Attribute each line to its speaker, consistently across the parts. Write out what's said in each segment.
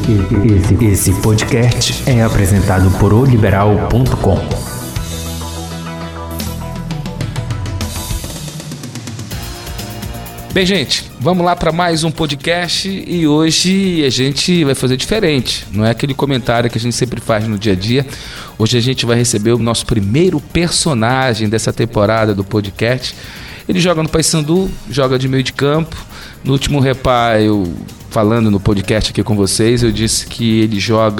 Speaker 1: Esse podcast é apresentado por oliberal.com.
Speaker 2: Bem, gente, vamos lá para mais um podcast e hoje a gente vai fazer diferente. Não é aquele comentário que a gente sempre faz no dia a dia. Hoje a gente vai receber o nosso primeiro personagem dessa temporada do podcast. Ele joga no Paysandu, joga de meio de campo. No último repá, eu falando no podcast aqui com vocês, eu disse que ele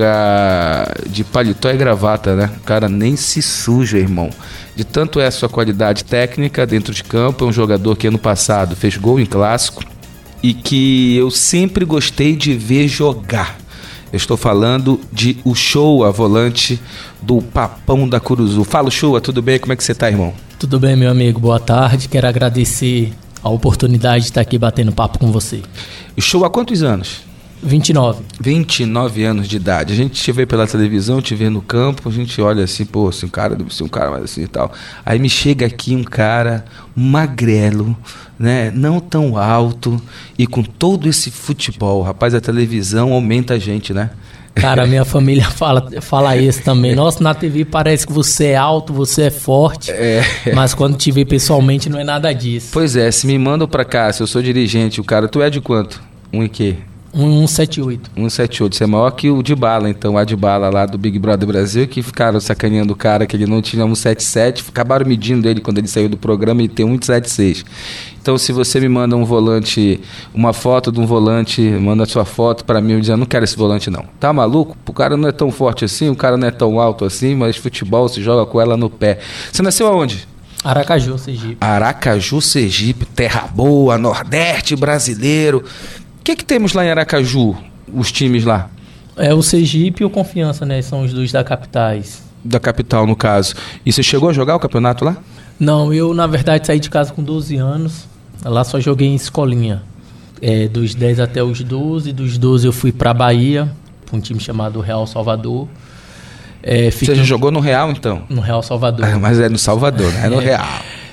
Speaker 2: joga de paletó e gravata, né? O cara nem se suja, irmão. De tanto é a sua qualidade técnica dentro de campo, é um jogador que ano passado fez gol em clássico e que eu sempre gostei de ver jogar. Eu estou falando de Uchoa, volante do Papão da Curuzu. Fala, Uchoa, tudo bem? Como é que você tá, irmão?
Speaker 3: Tudo bem, meu amigo. Boa tarde. Quero agradecer a oportunidade de estar aqui batendo papo com você.
Speaker 2: Uchoa, há quantos anos?
Speaker 3: 29.
Speaker 2: 29 anos de idade. A gente te vê pela televisão, te vê no campo, a gente olha assim, pô, assim, um cara deve ser um cara mais assim e tal. Aí me chega aqui um cara magrelo, né, não tão alto e com todo esse futebol. Rapaz, a televisão aumenta a gente, né?
Speaker 3: Cara, minha família fala isso também. Nossa, na TV parece que você é alto, você é forte, mas quando te vê pessoalmente não é nada disso.
Speaker 2: Pois é, se me mandam pra cá, se eu sou dirigente, o cara, tu é de quanto? Um e quê?
Speaker 3: 178.
Speaker 2: 178, você é maior que o Dybala, então, o Dybala lá do Big Brother Brasil, que ficaram sacaneando o cara que ele não tinha 177, acabaram medindo ele quando ele saiu do programa e tem 176. Então, se você me manda um volante, uma foto de um volante, manda a sua foto pra mim, eu dizer, não quero esse volante não. Tá maluco? O cara não é tão forte assim, o cara não é tão alto assim, mas futebol se joga com ela no pé. Você nasceu aonde?
Speaker 3: Aracaju, Sergipe.
Speaker 2: Aracaju, Sergipe, terra boa, Nordeste brasileiro. O que temos lá em Aracaju, os times lá?
Speaker 3: É o Sergipe e o Confiança, né? São os dois da capitais.
Speaker 2: Da capital, no caso. E você chegou a jogar o campeonato lá?
Speaker 3: Não, eu na verdade saí de casa com 12 anos. Lá só joguei em escolinha. Dos 10 até os 12. Dos 12 eu fui pra Bahia, pra um time chamado Real Salvador.
Speaker 2: Você já jogou no Real, então?
Speaker 3: No Real Salvador.
Speaker 2: Mas é no Salvador, não é no Real.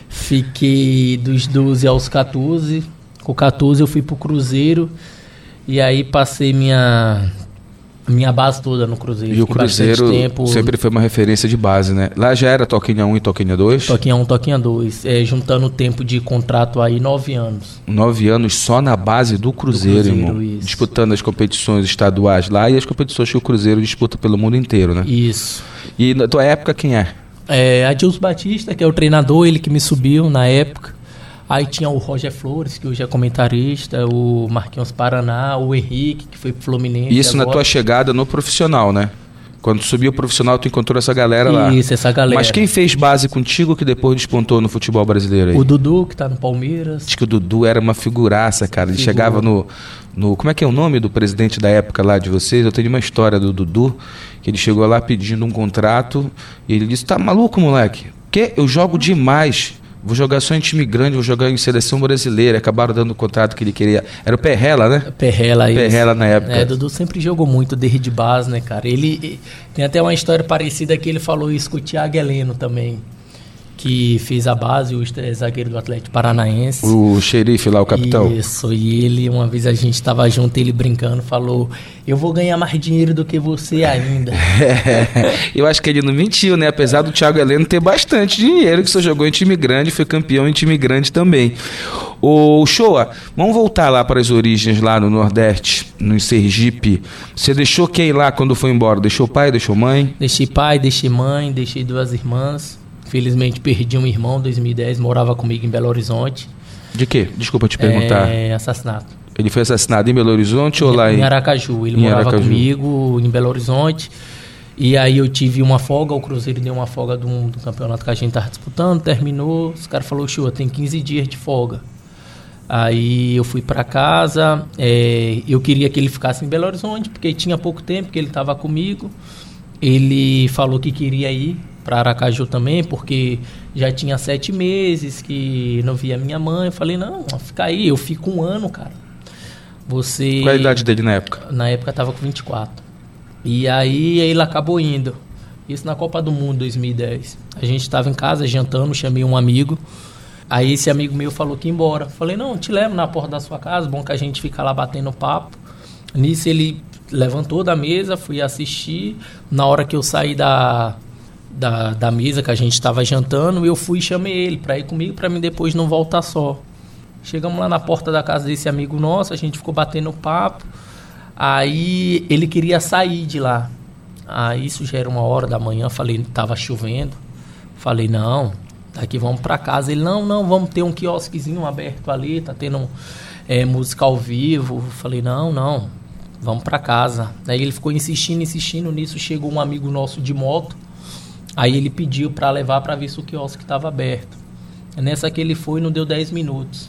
Speaker 3: Fiquei dos 12 aos 14. Com 14 eu fui pro Cruzeiro e aí passei minha base toda no Cruzeiro.
Speaker 2: E o Cruzeiro sempre foi uma referência de base, né? Lá já era Toquinha 1 e Toquinha 2?
Speaker 3: Toquinha 1, Toquinha 2. Juntando o tempo de contrato aí, 9 anos.
Speaker 2: 9 anos só na base do Cruzeiro, irmão. Isso. Disputando as competições estaduais lá e as competições que o Cruzeiro disputa pelo mundo inteiro, né?
Speaker 3: Isso.
Speaker 2: E na tua época quem é?
Speaker 3: Adilson Batista, que é o treinador, ele que me subiu na época. Aí tinha o Roger Flores, que hoje é comentarista, o Marquinhos Paraná, o Henrique, que foi pro Fluminense.
Speaker 2: Isso agora. Na tua chegada no profissional, né? Quando subiu o profissional, tu encontrou essa galera lá.
Speaker 3: Isso, essa galera.
Speaker 2: Mas quem fez base contigo que depois despontou no futebol brasileiro aí?
Speaker 3: O Dudu, que tá no Palmeiras.
Speaker 2: Acho que o Dudu era uma figuraça, cara. Ele chegava no... Como é que é o nome do presidente da época lá de vocês? Eu tenho uma história do Dudu, que ele chegou lá pedindo um contrato e ele disse, tá maluco, moleque? Que? Eu jogo demais. Vou jogar só em time grande, vou jogar em seleção brasileira. Acabaram dando o contrato que ele queria. Era o Perrella, né?
Speaker 3: Perrella
Speaker 2: na época.
Speaker 3: Dudu sempre jogou muito desde base, né, cara? Ele tem até uma história parecida que ele falou isso com o Thiago Heleno também, que fez a base, o zagueiro do Atlético Paranaense.
Speaker 2: O xerife lá, o capitão.
Speaker 3: Isso, e ele, uma vez a gente estava junto, ele brincando, falou, eu vou ganhar mais dinheiro do que você ainda.
Speaker 2: Eu acho que ele não mentiu, né? Apesar do Thiago Heleno ter bastante dinheiro, que só jogou em time grande, foi campeão em time grande também. Ô, Uchoa, vamos voltar lá para as origens, lá no Nordeste, no Sergipe. Você deixou quem lá quando foi embora? Deixou pai, deixou mãe?
Speaker 3: Deixei pai, deixei mãe, deixei 2 irmãs. Felizmente perdi um irmão em 2010, morava comigo em Belo Horizonte.
Speaker 2: De quê? Desculpa te perguntar.
Speaker 3: Assassinato.
Speaker 2: Ele foi assassinado em Belo Horizonte ou lá
Speaker 3: em Aracaju? Ele morava comigo em Belo Horizonte. E aí eu tive uma folga, o Cruzeiro deu uma folga do campeonato que a gente estava disputando, terminou, os caras falaram, Uchoa, tem 15 dias de folga. Aí eu fui para casa, eu queria que ele ficasse em Belo Horizonte, porque tinha pouco tempo que ele estava comigo. Ele falou que queria ir para Aracaju também, porque já tinha 7 meses que não via minha mãe. Eu falei, não, fica aí, eu fico 1 ano, cara. Qual
Speaker 2: a idade dele na época?
Speaker 3: Na época eu tava com 24. E aí ele acabou indo. Isso na Copa do Mundo 2010. A gente estava em casa jantando, chamei um amigo. Aí esse amigo meu falou que ia embora. Falei, não, te levo na porta da sua casa, bom que a gente fica lá batendo papo. Nisso ele levantou da mesa, fui assistir. Na hora que eu saí da mesa que a gente estava jantando, eu fui e chamei ele para ir comigo, para mim depois não voltar só. Chegamos lá na porta da casa desse amigo nosso, a gente ficou batendo papo. Aí ele queria sair de lá. Aí isso já era 1h da manhã, falei, tava chovendo. Falei, não, daqui vamos para casa. Ele, não, vamos ter um quiosquezinho aberto ali, tá tendo música ao vivo. Falei, não, vamos para casa. Aí ele ficou insistindo, nisso chegou um amigo nosso de moto. Aí ele pediu para levar para ver se o quiosque estava aberto. Nessa que ele foi, não deu 10 minutos.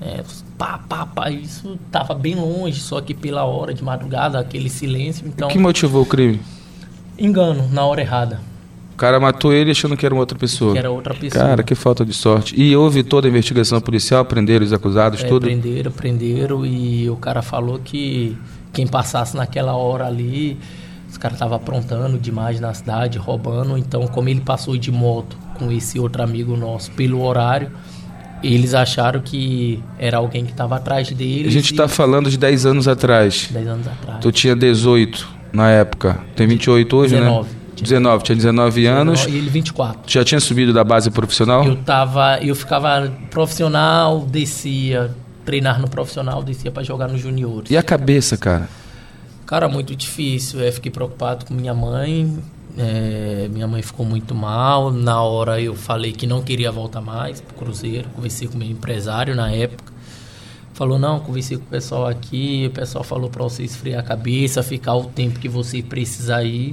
Speaker 3: Isso tava bem longe, só que pela hora de madrugada, aquele silêncio. Então,
Speaker 2: o que motivou o crime?
Speaker 3: Engano, na hora errada.
Speaker 2: O cara matou ele achando que era uma outra pessoa.
Speaker 3: Que era outra pessoa.
Speaker 2: Cara, que falta de sorte. E houve toda a investigação policial, prenderam os acusados, tudo?
Speaker 3: Prenderam e o cara falou que quem passasse naquela hora ali, os caras estavam aprontando demais na cidade, roubando. Então, como ele passou de moto com esse outro amigo nosso pelo horário, eles acharam que era alguém que estava atrás deles.
Speaker 2: A gente está falando de 10 anos atrás.
Speaker 3: 10 anos atrás.
Speaker 2: Tu tinha 18 na época. Tem 28 hoje,
Speaker 3: 19.
Speaker 2: Né? 19. Tinha 19 anos.
Speaker 3: E ele 24.
Speaker 2: Já tinha subido da base profissional?
Speaker 3: Eu ficava profissional, descia, treinar no profissional, descia para jogar nos juniores.
Speaker 2: E a cabeça, cara?
Speaker 3: Cara, muito difícil. Fiquei preocupado com minha mãe. Minha mãe ficou muito mal. Na hora eu falei que não queria voltar mais pro Cruzeiro. Conversei com o meu empresário na época. Falou, não, conversei com o pessoal aqui. O pessoal falou para você esfriar a cabeça, ficar o tempo que você precisar ir.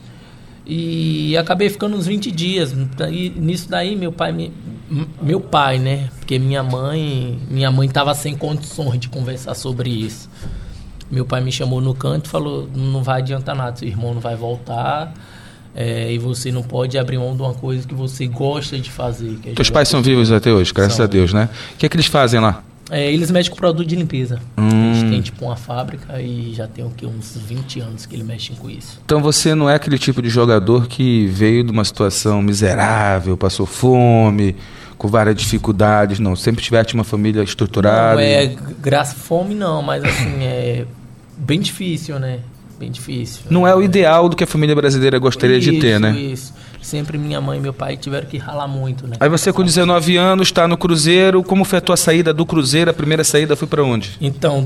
Speaker 3: E acabei ficando uns 20 dias. Nisso daí, meu pai, né? Porque minha mãe estava sem condições de conversar sobre isso. Meu pai me chamou no canto e falou, não vai adiantar nada, seu irmão não vai voltar. E você não pode abrir mão de uma coisa que você gosta de fazer.
Speaker 2: Teus pais são vivos até hoje, graças a Deus, né? O que é que eles fazem lá?
Speaker 3: Eles mexem com produto de limpeza. Eles têm tipo uma fábrica e já tem uns 20 anos que eles mexem com isso.
Speaker 2: Então você não é aquele tipo de jogador que veio de uma situação miserável, passou fome, com várias dificuldades, não. Sempre tivesse uma família estruturada.
Speaker 3: Não, fome não, mas assim, é bem difícil, né? Bem difícil.
Speaker 2: Não é o ideal do que a família brasileira gostaria de ter, né?
Speaker 3: Isso. Sempre minha mãe e meu pai tiveram que ralar muito, né?
Speaker 2: Aí você com 19 anos está no Cruzeiro. Como foi a tua saída do Cruzeiro? A primeira saída foi para onde?
Speaker 3: Então,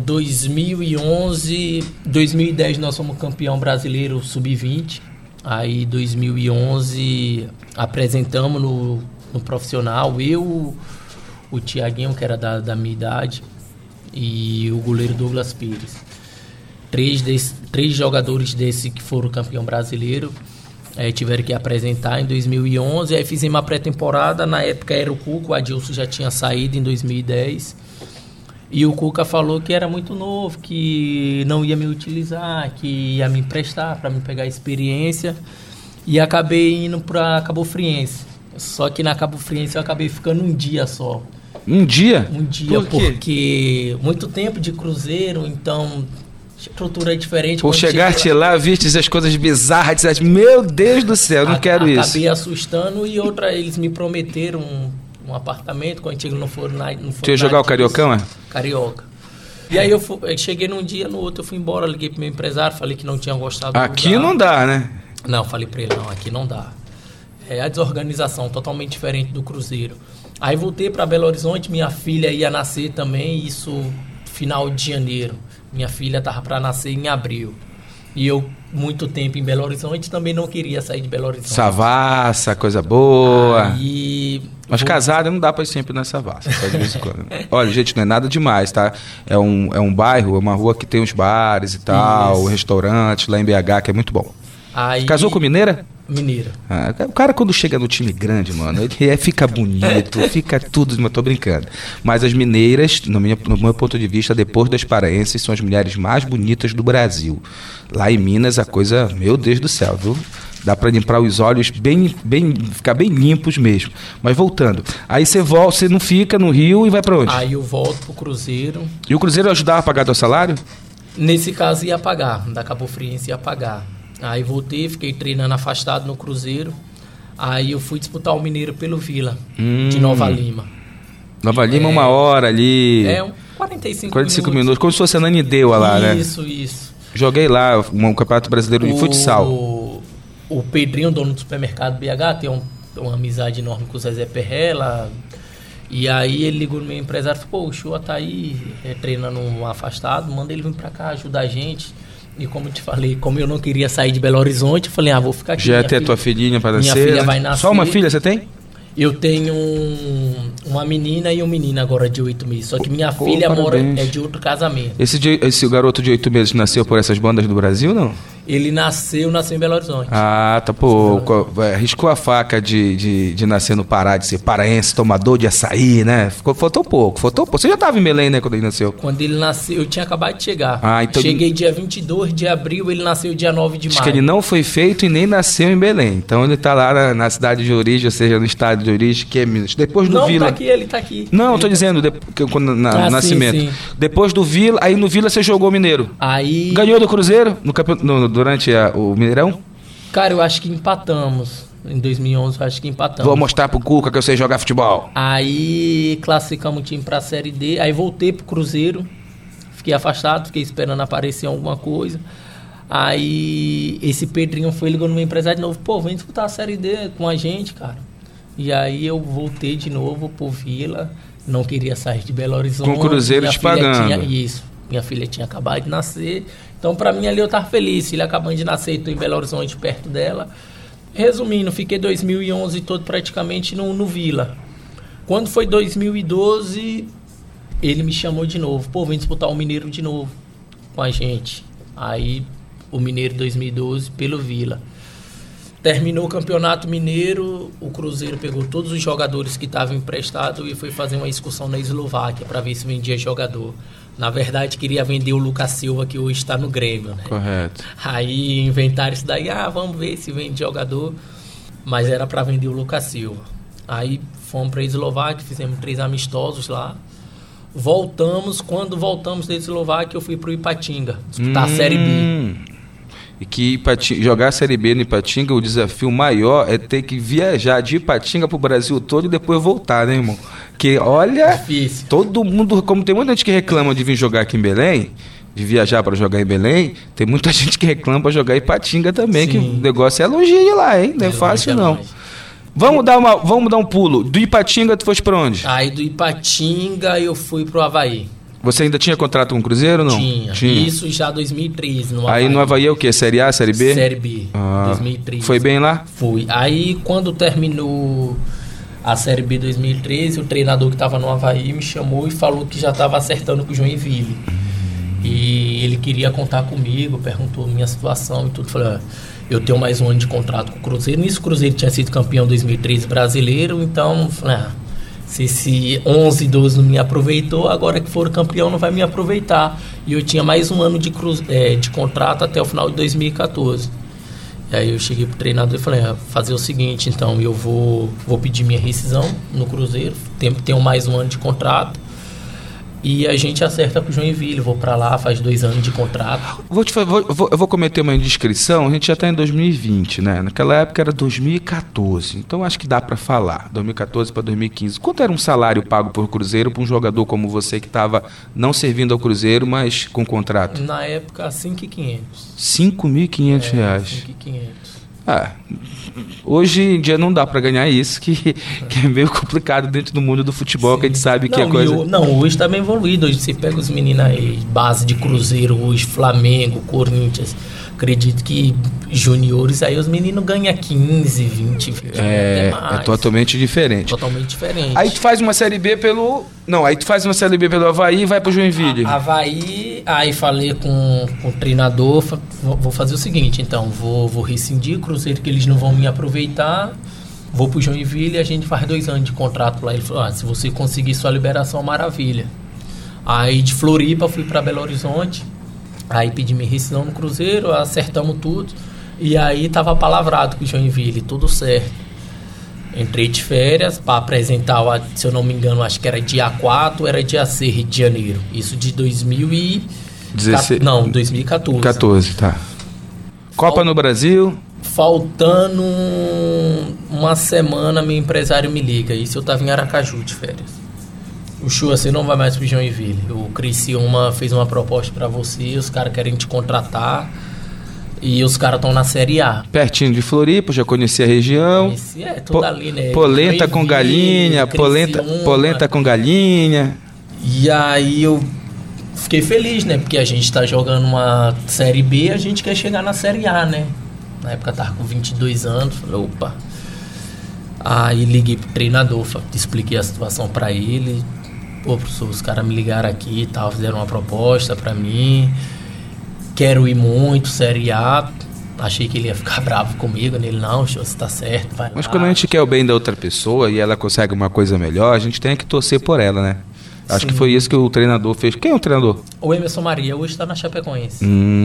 Speaker 3: 2010 nós fomos campeão brasileiro sub-20. Aí 2011 apresentamos no profissional. Eu, o Tiaguinho, que era da minha idade, e o goleiro Douglas Pires. Três jogadores desse que foram campeão brasileiro tiveram que apresentar em 2011. Aí fizemos uma pré-temporada. Na época era o Cuca, o Adilson já tinha saído em 2010. E o Cuca falou que era muito novo, que não ia me utilizar, que ia me emprestar para me pegar experiência. E acabei indo para Cabo Friense. Só que na Cabo Friense eu acabei ficando um dia só.
Speaker 2: Um dia?
Speaker 3: Um dia, porque muito tempo de Cruzeiro, então estrutura é diferente.
Speaker 2: Por chegar-te lá, viste as coisas bizarras, disseste, meu Deus do céu, não quero isso.
Speaker 3: Acabei assustando e eles me prometeram um apartamento, quando não foram na...
Speaker 2: Tu ia jogar o Cariocão, é?
Speaker 3: Carioca. E aí eu cheguei num dia, no outro eu fui embora, liguei pro meu empresário, falei que não tinha gostado do
Speaker 2: Aqui
Speaker 3: lugar.
Speaker 2: Não dá, né?
Speaker 3: Não, falei pra ele, não, aqui não dá. A desorganização totalmente diferente do Cruzeiro. Aí voltei para Belo Horizonte, minha filha ia nascer também, isso final de janeiro. Minha filha estava para nascer em abril. E eu, muito tempo em Belo Horizonte, também não queria sair de Belo Horizonte.
Speaker 2: Savassi, coisa boa. Mas casada não dá para ir sempre na Savassi. Olha, gente, não é nada demais, tá? É um bairro, é uma rua que tem uns bares e tal, restaurantes lá em BH, que é muito bom. Casou com mineira?
Speaker 3: Mineira.
Speaker 2: O cara quando chega no time grande, mano, ele fica bonito, fica tudo, mas tô brincando. Mas as mineiras, no meu ponto de vista, depois das paraenses, são as mulheres mais bonitas do Brasil. Lá em Minas a coisa, meu Deus do céu, viu? Dá pra limpar os olhos ficar bem limpos mesmo. Mas voltando, aí você volta, você não fica no Rio e vai pra onde?
Speaker 3: Aí eu volto pro Cruzeiro.
Speaker 2: E o Cruzeiro ajudava a pagar teu salário?
Speaker 3: Nesse caso ia pagar, da Cabo Friense ia pagar. Aí voltei, fiquei treinando afastado no Cruzeiro. Aí eu fui disputar o Mineiro pelo Vila, de Nova Lima.
Speaker 2: Nova Lima, 1 hora ali.
Speaker 3: 45
Speaker 2: minutos. Como se fosse a Nanindeua lá, né?
Speaker 3: Isso.
Speaker 2: Joguei lá, um campeonato brasileiro de futsal.
Speaker 3: O Pedrinho, dono do supermercado BH, tem uma amizade enorme com o Zezé Perrella. E aí ele ligou no meu empresário e falou, pô, o Chua tá aí treinando um afastado, manda ele vir pra cá ajudar a gente. E como eu te falei, como eu não queria sair de Belo Horizonte, eu falei, vou ficar aqui.
Speaker 2: Já tem a tua filhinha pra nascer?
Speaker 3: Minha filha vai nascer.
Speaker 2: Só uma filha você tem?
Speaker 3: Eu tenho uma menina e um menino agora de 8 meses. Só que minha filha é de outro casamento.
Speaker 2: Esse garoto de 8 meses nasceu por essas bandas do Brasil, não?
Speaker 3: Ele nasceu em Belo Horizonte.
Speaker 2: Ah, tá, pô. Arriscou a faca de nascer no Pará, de ser paraense, tomador de açaí, né? Faltou pouco. Você já tava em Belém, né, quando ele nasceu?
Speaker 3: Quando ele nasceu, eu tinha acabado de chegar.
Speaker 2: Então
Speaker 3: cheguei dia 22 de abril, ele nasceu dia 9 de maio.
Speaker 2: Acho que ele não foi feito e nem nasceu em Belém. Então ele tá lá na cidade de origem, ou seja, no estado de origem, que é Minas. Depois do Vila...
Speaker 3: Não, ele tá aqui.
Speaker 2: Não, eu tô dizendo, no nascimento. Sim. Depois do Vila, aí no Vila você jogou Mineiro.
Speaker 3: Aí...
Speaker 2: Ganhou do Cruzeiro durante o Mineirão?
Speaker 3: Cara, eu acho que empatamos. Em 2011, eu acho que empatamos.
Speaker 2: Vou mostrar pro Cuca que eu sei jogar futebol.
Speaker 3: Aí classificamos o time pra Série D. Aí voltei pro Cruzeiro. Fiquei afastado, fiquei esperando aparecer alguma coisa. Aí esse Pedrinho ligou no meu empresário de novo. Pô, vem disputar a Série D com a gente, cara. E aí eu voltei de novo pro Vila. Não queria sair de Belo Horizonte.
Speaker 2: Com o Cruzeiro te pagando.
Speaker 3: Minha filha tinha acabado de nascer. Então, pra mim, ali eu tava feliz. Filha acabando de nascer, tô em Belo Horizonte, perto dela. Resumindo, fiquei 2011 todo praticamente no Vila. Quando foi 2012, ele me chamou de novo. Pô, vem disputar o Mineiro de novo com a gente. Aí, o Mineiro 2012 pelo Vila. Terminou o Campeonato Mineiro, o Cruzeiro pegou todos os jogadores que estavam emprestados e foi fazer uma excursão na Eslováquia para ver se vendia jogador. Na verdade, queria vender o Lucas Silva, que hoje está no Grêmio, né?
Speaker 2: Correto.
Speaker 3: Aí inventaram isso daí, vamos ver se vende jogador. Mas era para vender o Lucas Silva. Aí fomos para a Eslováquia, fizemos 3 amistosos lá. Voltamos, quando voltamos da Eslováquia, eu fui para o Ipatinga, disputar a Série B.
Speaker 2: E que jogar a Série B no Ipatinga, o desafio maior é ter que viajar de Ipatinga pro Brasil todo e depois voltar, né, irmão? Que olha,
Speaker 3: difícil.
Speaker 2: Todo mundo, como tem muita gente que reclama de vir jogar aqui em Belém, de viajar para jogar em Belém, tem muita gente que reclama para jogar em Ipatinga também. Sim. Que o negócio é longinho de lá, hein? Não é fácil não. Vamos dar um pulo. Do Ipatinga tu foste para onde?
Speaker 3: Aí do Ipatinga eu fui pro Avaí.
Speaker 2: Você ainda tinha contrato com o Cruzeiro ou não?
Speaker 3: Tinha. Isso já 2013 no
Speaker 2: Avaí. Aí no Avaí é o quê? Série A, Série B?
Speaker 3: Série B, 2013.
Speaker 2: Foi bem lá?
Speaker 3: Fui. Aí quando terminou a Série B 2013, o treinador que estava no Avaí me chamou e falou que já estava acertando com o Joinville. E ele queria contar comigo, perguntou minha situação e tudo. Falei, eu tenho mais um ano de contrato com o Cruzeiro. Nisso o Cruzeiro tinha sido campeão 2013 brasileiro, então... Se esse 11, 12 não me aproveitou, agora que for campeão não vai me aproveitar. E eu tinha mais um ano de contrato até o final de 2014. E aí eu cheguei pro treinador e falei, fazer o seguinte, então, eu vou pedir minha rescisão no Cruzeiro, tenho mais um ano de contrato. E a gente acerta com o Joinville, vou pra lá, faz 2 anos de contrato.
Speaker 2: Eu vou cometer uma indiscrição, a gente já tá em 2020, né? Naquela época era 2014, então acho que dá pra falar, 2014 para 2015. Quanto era um salário pago por Cruzeiro para um jogador como você que estava não servindo ao Cruzeiro, mas com contrato?
Speaker 3: Na época, 5.500.
Speaker 2: R$5.500?
Speaker 3: R$5.500.
Speaker 2: Hoje em dia não dá pra ganhar isso, que é meio complicado dentro do mundo do futebol. Sim. Que a gente sabe que é coisa...
Speaker 3: hoje tá bem evoluído. Hoje você pega os meninos aí, base de Cruzeiro, hoje Flamengo, Corinthians. Acredito que juniores aí os meninos ganham 15, 20
Speaker 2: até mais. É totalmente diferente.
Speaker 3: Totalmente diferente.
Speaker 2: Aí tu faz uma Série B pelo... Não, aí tu faz uma Série B pelo Avaí e vai pro Joinville.
Speaker 3: Avaí, aí falei com o treinador, vou fazer o seguinte, então, vou rescindir o Cruzeiro, que eles não vão me aproveitar, vou pro Joinville e a gente faz 2 anos de contrato lá. Ele falou, se você conseguir sua liberação, maravilha. Aí de Floripa fui pra Belo Horizonte, aí pedi minha rescisão no Cruzeiro, acertamos tudo, e aí tava palavrado com o Joinville, tudo certo. Entrei de férias para apresentar, se eu não me engano, acho que era dia 4, era dia 6 de janeiro. Isso de 2014. Não, 2014.
Speaker 2: 14, tá. Copa no Brasil.
Speaker 3: Faltando uma semana, meu empresário me liga. Isso eu tava em Aracaju de férias. O Chua, você não vai mais pro Joinville. O Criciúma fez uma proposta para você, os caras querem te contratar e os caras estão na Série A.
Speaker 2: Pertinho de Floripa, já conheci a região.
Speaker 3: Tudo ali, né?
Speaker 2: Polenta com galinha, polenta com galinha.
Speaker 3: E aí eu fiquei feliz, né? Porque a gente tá jogando uma Série B, a gente quer chegar na Série A, né? Na época eu tava com 22 anos, falei, opa. Aí liguei pro treinador, expliquei a situação pra ele. Pô, professor, os caras me ligaram aqui e tal, fizeram uma proposta pra mim. Quero ir muito, Série A. Achei que ele ia ficar bravo comigo, nele não, você tá certo, vai lá.
Speaker 2: Mas quando a gente quer o bem da outra pessoa e ela consegue uma coisa melhor, a gente tem que torcer por ela, né? Acho que foi isso que o treinador fez. Quem é o treinador?
Speaker 3: O Emerson Maria, hoje tá na Chapecoense.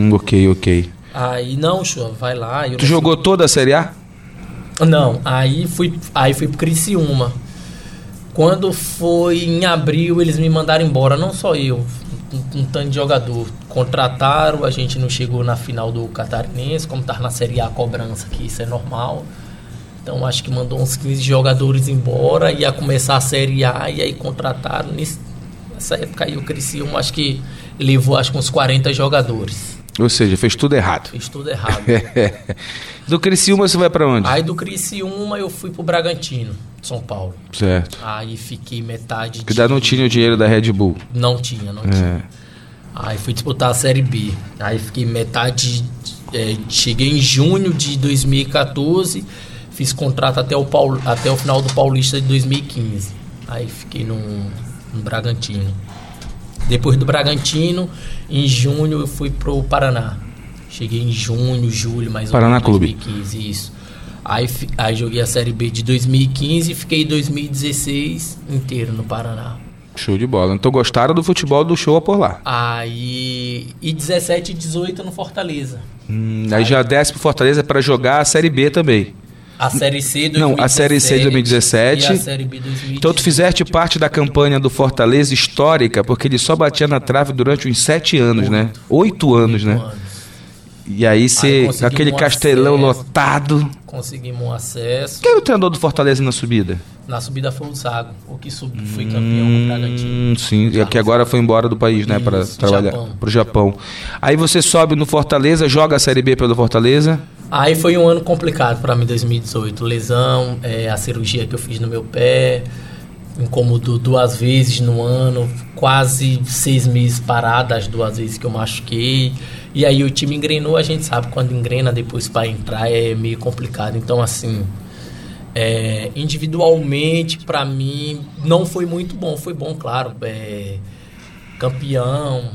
Speaker 2: Ok.
Speaker 3: Aí, não, Chua, vai lá.
Speaker 2: Tu jogou toda a Série A?
Speaker 3: Não, aí fui pro Criciúma. Quando foi em abril, eles me mandaram embora, não só eu, um tanto de jogador. Contrataram, a gente não chegou na final do Catarinense, como tá na Série A a cobrança aqui, isso é normal. Então acho que mandou uns 15 jogadores embora, ia começar a Série A e aí contrataram. Nessa época aí o Criciúma acho que levou uns 40 jogadores.
Speaker 2: Ou seja, fez tudo errado.
Speaker 3: Fiz tudo errado.
Speaker 2: Do Criciúma você vai pra onde?
Speaker 3: Aí do Criciúma eu fui pro Bragantino, São Paulo.
Speaker 2: Certo.
Speaker 3: Aí fiquei metade...
Speaker 2: Que não tinha o dinheiro da Red Bull.
Speaker 3: Não tinha. Aí fui disputar a Série B. Aí fiquei metade... cheguei em junho de 2014, fiz contrato até o final do Paulista de 2015. Aí fiquei no Bragantino. Depois do Bragantino, em junho eu fui pro Paraná. Cheguei em junho, julho, mais ou menos, 2015, isso. Aí joguei a Série B de 2015 e fiquei 2016 inteiro no Paraná.
Speaker 2: Show de bola. Então gostaram do futebol do Show por lá?
Speaker 3: Aí... E 17 e 18 no Fortaleza.
Speaker 2: Aí já desce pro Fortaleza para jogar a Série B também.
Speaker 3: A Série C 2017.
Speaker 2: Não, a Série C de 2017.
Speaker 3: E a Série B 2018.
Speaker 2: Então tu fizeste parte da campanha do Fortaleza histórica, porque ele só batia na trave durante uns 7 anos, né? 8 anos, né? E aí aquele Castelão lotado.
Speaker 3: Conseguimos um acesso.
Speaker 2: Quem era o treinador do Fortaleza na subida?
Speaker 3: Na subida foi o Zago, o que foi campeão com o Bragantino.
Speaker 2: Sim, que agora foi embora do país, né? Para trabalhar para o Japão. Aí você sobe no Fortaleza, joga a Série B pelo Fortaleza.
Speaker 3: Aí foi um ano complicado para mim, 2018. Lesão, a cirurgia que eu fiz no meu pé, incomodou 2 vezes no ano, quase 6 meses parado as 2 vezes que eu machuquei. E aí o time engrenou, a gente sabe, quando engrena depois para entrar é meio complicado. Então, assim, individualmente, para mim, não foi muito bom. Foi bom, claro, campeão,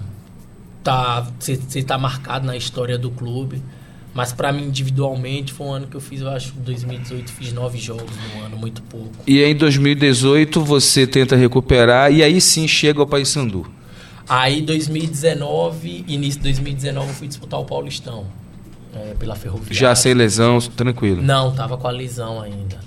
Speaker 3: você tá marcado na história do clube. Mas para mim, individualmente, foi um ano que eu fiz, eu acho, 2018, fiz 9 jogos no ano, muito pouco.
Speaker 2: E em 2018 você tenta recuperar e aí sim chega ao Paysandu.
Speaker 3: Aí, 2019, início de 2019, eu fui disputar o Paulistão, pela Ferroviária.
Speaker 2: Já sem lesão, tranquilo?
Speaker 3: Não, tava com a lesão ainda,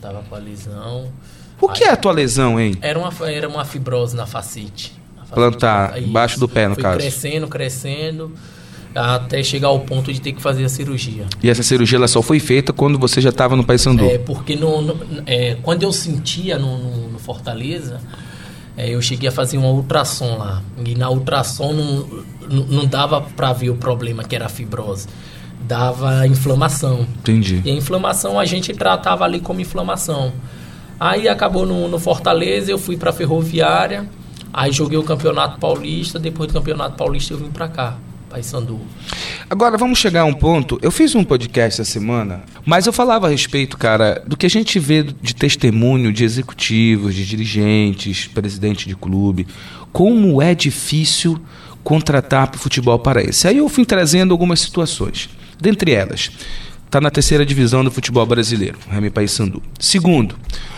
Speaker 2: O que é a tua lesão, hein?
Speaker 3: Era uma fibrose na facite.
Speaker 2: Plantar, embaixo do pé, no caso.
Speaker 3: Crescendo, até chegar ao ponto de ter que fazer a cirurgia.
Speaker 2: E essa cirurgia ela só foi feita quando você já estava no Paysandu?
Speaker 3: Porque quando eu sentia no Fortaleza, eu cheguei a fazer uma ultrassom lá. E na ultrassom não dava para ver o problema que era a fibrose. Dava inflamação.
Speaker 2: Entendi.
Speaker 3: E a inflamação a gente tratava ali como inflamação. Aí acabou no Fortaleza, eu fui para a Ferroviária, aí joguei o Campeonato Paulista, depois do Campeonato Paulista eu vim para cá. Paysandu.
Speaker 2: Agora vamos chegar a um ponto. Eu fiz um podcast essa semana, mas eu falava a respeito, cara, do que a gente vê de testemunho de executivos, de dirigentes, presidente de clube, como é difícil contratar para o futebol paraense. Aí eu fui trazendo algumas situações. Dentre elas, está na 3ª divisão do futebol brasileiro, o Remy Paysandu. Segundo,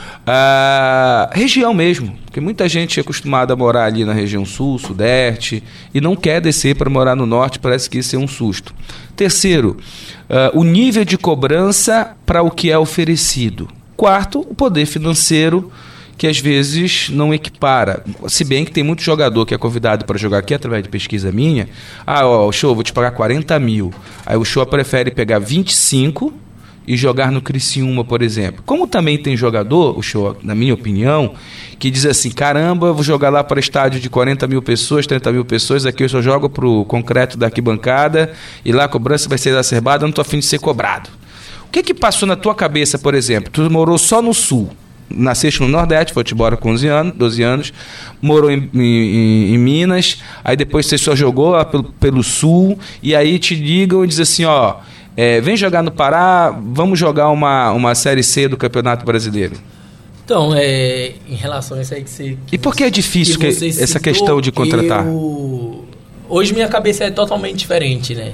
Speaker 2: região mesmo, porque muita gente é acostumada a morar ali na região sul, sudeste, e não quer descer para morar no norte, parece que isso é um susto. Terceiro, o nível de cobrança para o que é oferecido. Quarto, o poder financeiro, que às vezes não equipara. Se bem que tem muito jogador que é convidado para jogar aqui através de pesquisa minha. O show, vou te pagar 40 mil. Aí o show prefere pegar 25 e jogar no Criciúma, por exemplo. Como também tem jogador, o show, na minha opinião, que diz assim, caramba, eu vou jogar lá para estádio de 40 mil pessoas, 30 mil pessoas, aqui eu só jogo pro concreto da arquibancada e lá a cobrança vai ser exacerbada, eu não tô a fim de ser cobrado. O que passou na tua cabeça, por exemplo? Tu morou só no Sul, nasceste no Nordeste, foi embora com 12 anos, morou em Minas, aí depois você só jogou lá pelo Sul, e aí te ligam e dizem assim, ó, vem jogar no Pará, vamos jogar uma Série C do Campeonato Brasileiro.
Speaker 3: Então, em relação a isso aí que você...
Speaker 2: E por que é difícil essa questão de contratar?
Speaker 3: Hoje minha cabeça é totalmente diferente, né?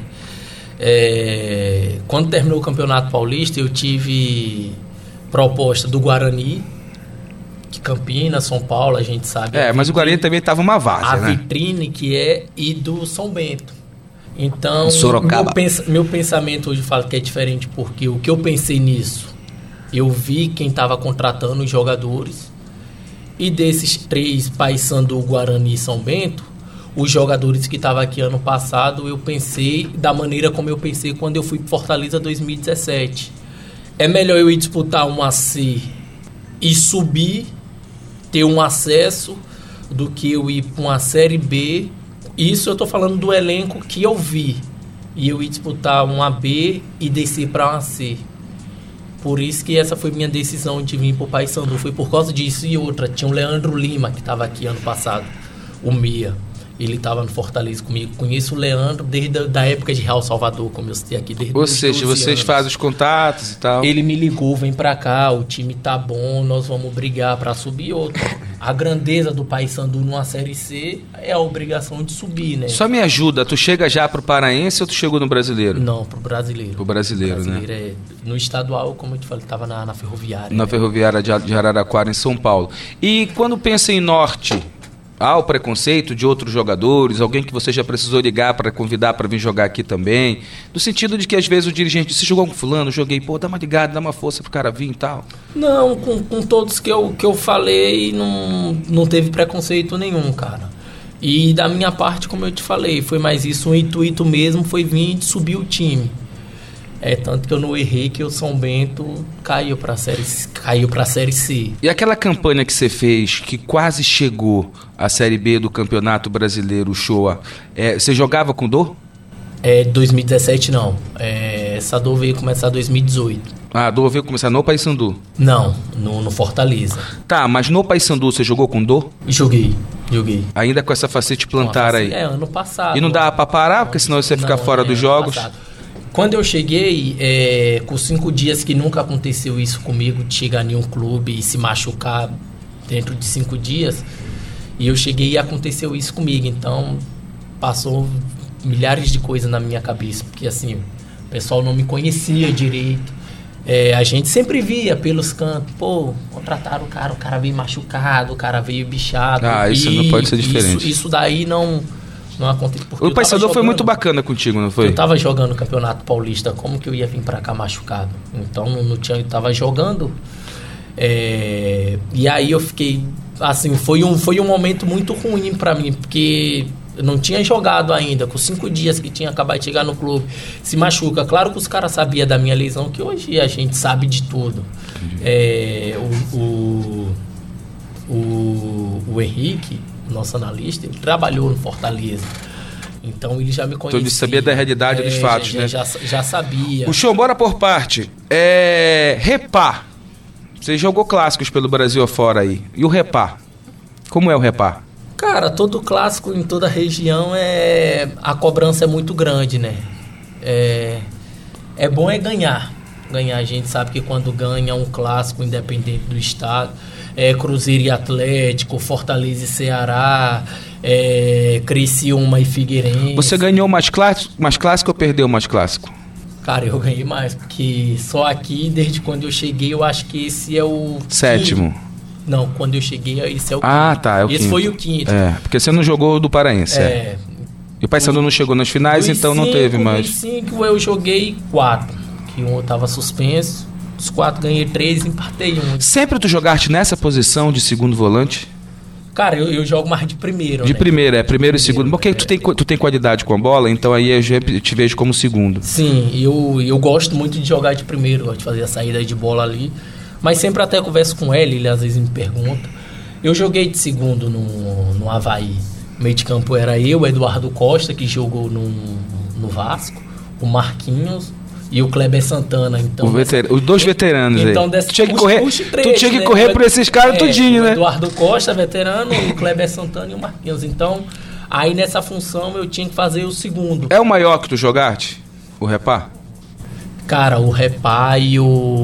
Speaker 3: Quando terminou o Campeonato Paulista, eu tive proposta do Guarani, de Campinas, São Paulo, a gente sabe.
Speaker 2: Mas o Guarani também estava uma várzea, né?
Speaker 3: A vitrine e do São Bento. Então, meu pensamento hoje, eu falo que é diferente, porque o que eu pensei nisso, eu vi quem estava contratando os jogadores, e desses 3, Paysandu, Guarani e São Bento, os jogadores que estavam aqui ano passado, eu pensei da maneira como eu pensei quando eu fui para Fortaleza 2017. É melhor eu ir disputar um AC e subir, ter um acesso, do que eu ir para uma Série B. Isso eu estou falando do elenco que eu vi. E eu ir disputar um AB e descer para um AC. Por isso que essa foi minha decisão de vir para o Paysandu. Foi por causa disso e outra. Tinha o Leandro Lima, que estava aqui ano passado, o Mia. Ele estava no Fortaleza comigo. Conheço o Leandro desde a época de Real Salvador, como eu citei aqui.
Speaker 2: Ou seja, vocês fazem os contatos e tal.
Speaker 3: Ele me ligou, vem pra cá, o time tá bom, nós vamos brigar pra subir outro. A grandeza do Paysandu numa Série C é a obrigação de subir, né?
Speaker 2: Só me ajuda, tu chega já pro Paraense ou tu chegou no Brasileiro?
Speaker 3: Não, pro Brasileiro.
Speaker 2: Pro Brasileiro,
Speaker 3: né? No estadual, como eu te falei, tava na Ferroviária.
Speaker 2: Na Ferroviária de Araraquara, em São Paulo. E quando pensa em Norte... Há o preconceito de outros jogadores, alguém que você já precisou ligar para convidar para vir jogar aqui também, no sentido de que às vezes o dirigente disse, chegou com fulano, joguei, pô, dá uma ligada, dá uma força pro cara vir e tal.
Speaker 3: Não, com todos que eu falei, não teve preconceito nenhum, cara. E da minha parte, como eu te falei, foi mais isso, o intuito mesmo foi vir subir o time. Tanto que eu não errei que o São Bento caiu pra Série C.
Speaker 2: E aquela campanha que você fez, que quase chegou à Série B do Campeonato Brasileiro, o Showa, você jogava com dor?
Speaker 3: 2017 não. Essa dor veio começar em 2018.
Speaker 2: Ah, a dor veio começar no Paysandu?
Speaker 3: Não, no Fortaleza.
Speaker 2: Tá, mas no Paysandu você jogou com dor?
Speaker 3: Joguei.
Speaker 2: Ainda com essa facete plantar aí?
Speaker 3: Ano passado.
Speaker 2: E não dava pra parar, porque senão você ia ficar fora dos jogos?
Speaker 3: Passado. Quando eu cheguei, com 5 dias que nunca aconteceu isso comigo, de chegar em um clube e se machucar dentro de 5 dias, e eu cheguei e aconteceu isso comigo. Então, passou milhares de coisas na minha cabeça, porque assim, o pessoal não me conhecia direito. A gente sempre via pelos cantos, pô, contrataram o cara veio machucado, o cara veio bichado.
Speaker 2: Isso não pode ser diferente.
Speaker 3: Isso daí não aconteceu.
Speaker 2: O Paysandu foi muito bacana contigo, não foi?
Speaker 3: Eu tava jogando o Campeonato Paulista, como que eu ia vir pra cá machucado? Então eu tava jogando. E aí eu fiquei, assim, foi um momento muito ruim pra mim, porque eu não tinha jogado ainda, com 5 dias que tinha acabado de chegar no clube, se machuca. Claro que os caras sabiam da minha lesão, que hoje a gente sabe de tudo. O Henrique, nosso analista, ele trabalhou no Fortaleza. Então ele já me conhecia.
Speaker 2: Então ele sabia da realidade dos fatos, né?
Speaker 3: Já sabia.
Speaker 2: O show, bora por parte. Repá. Você jogou clássicos pelo Brasil afora aí. E o Repá? Como é o Repá?
Speaker 3: Cara, todo clássico em toda a região a cobrança é muito grande, né? É bom ganhar. A gente sabe que quando ganha um clássico independente do estado, Cruzeiro e Atlético, Fortaleza e Ceará, Criciúma e Figueirense.
Speaker 2: Você ganhou mais clássico ou perdeu mais clássico?
Speaker 3: Cara, eu ganhei mais, porque só aqui, desde quando eu cheguei, eu acho que esse é o
Speaker 2: 7º.
Speaker 3: Não, quando eu cheguei, esse é o 5º.
Speaker 2: Ah, tá, é o 5º.
Speaker 3: Esse foi o 5º.
Speaker 2: Porque você não jogou do Paraense. E o Paysandu não chegou nas finais, então não teve mais.
Speaker 3: Nos 5 eu joguei 4, que um eu tava suspenso. Dos 4 ganhei 3 e empatei 1.
Speaker 2: Sempre tu jogaste nessa posição de segundo volante?
Speaker 3: Cara, eu jogo mais de primeiro,
Speaker 2: De
Speaker 3: né?
Speaker 2: primeiro, primeiro e segundo. Porque tu tem qualidade com a bola, então aí eu já te vejo como segundo.
Speaker 3: Sim, eu gosto muito de jogar de primeiro, gosto de fazer a saída de bola ali. Mas sempre até converso com ele às vezes me pergunta. Eu joguei de segundo no Avaí. O meio de campo era eu, o Eduardo Costa, que jogou no Vasco, o Marquinhos e o Kleber Santana. Então,
Speaker 2: os dois veteranos
Speaker 3: então,
Speaker 2: aí.
Speaker 3: Tu
Speaker 2: tinha que correr por esses caras tudinho, né?
Speaker 3: O Eduardo Costa, veterano, o Kleber Santana e o Marquinhos. Então, aí nessa função eu tinha que fazer o segundo.
Speaker 2: É o maior que tu jogaste? O Repá?
Speaker 3: Cara, o Repá e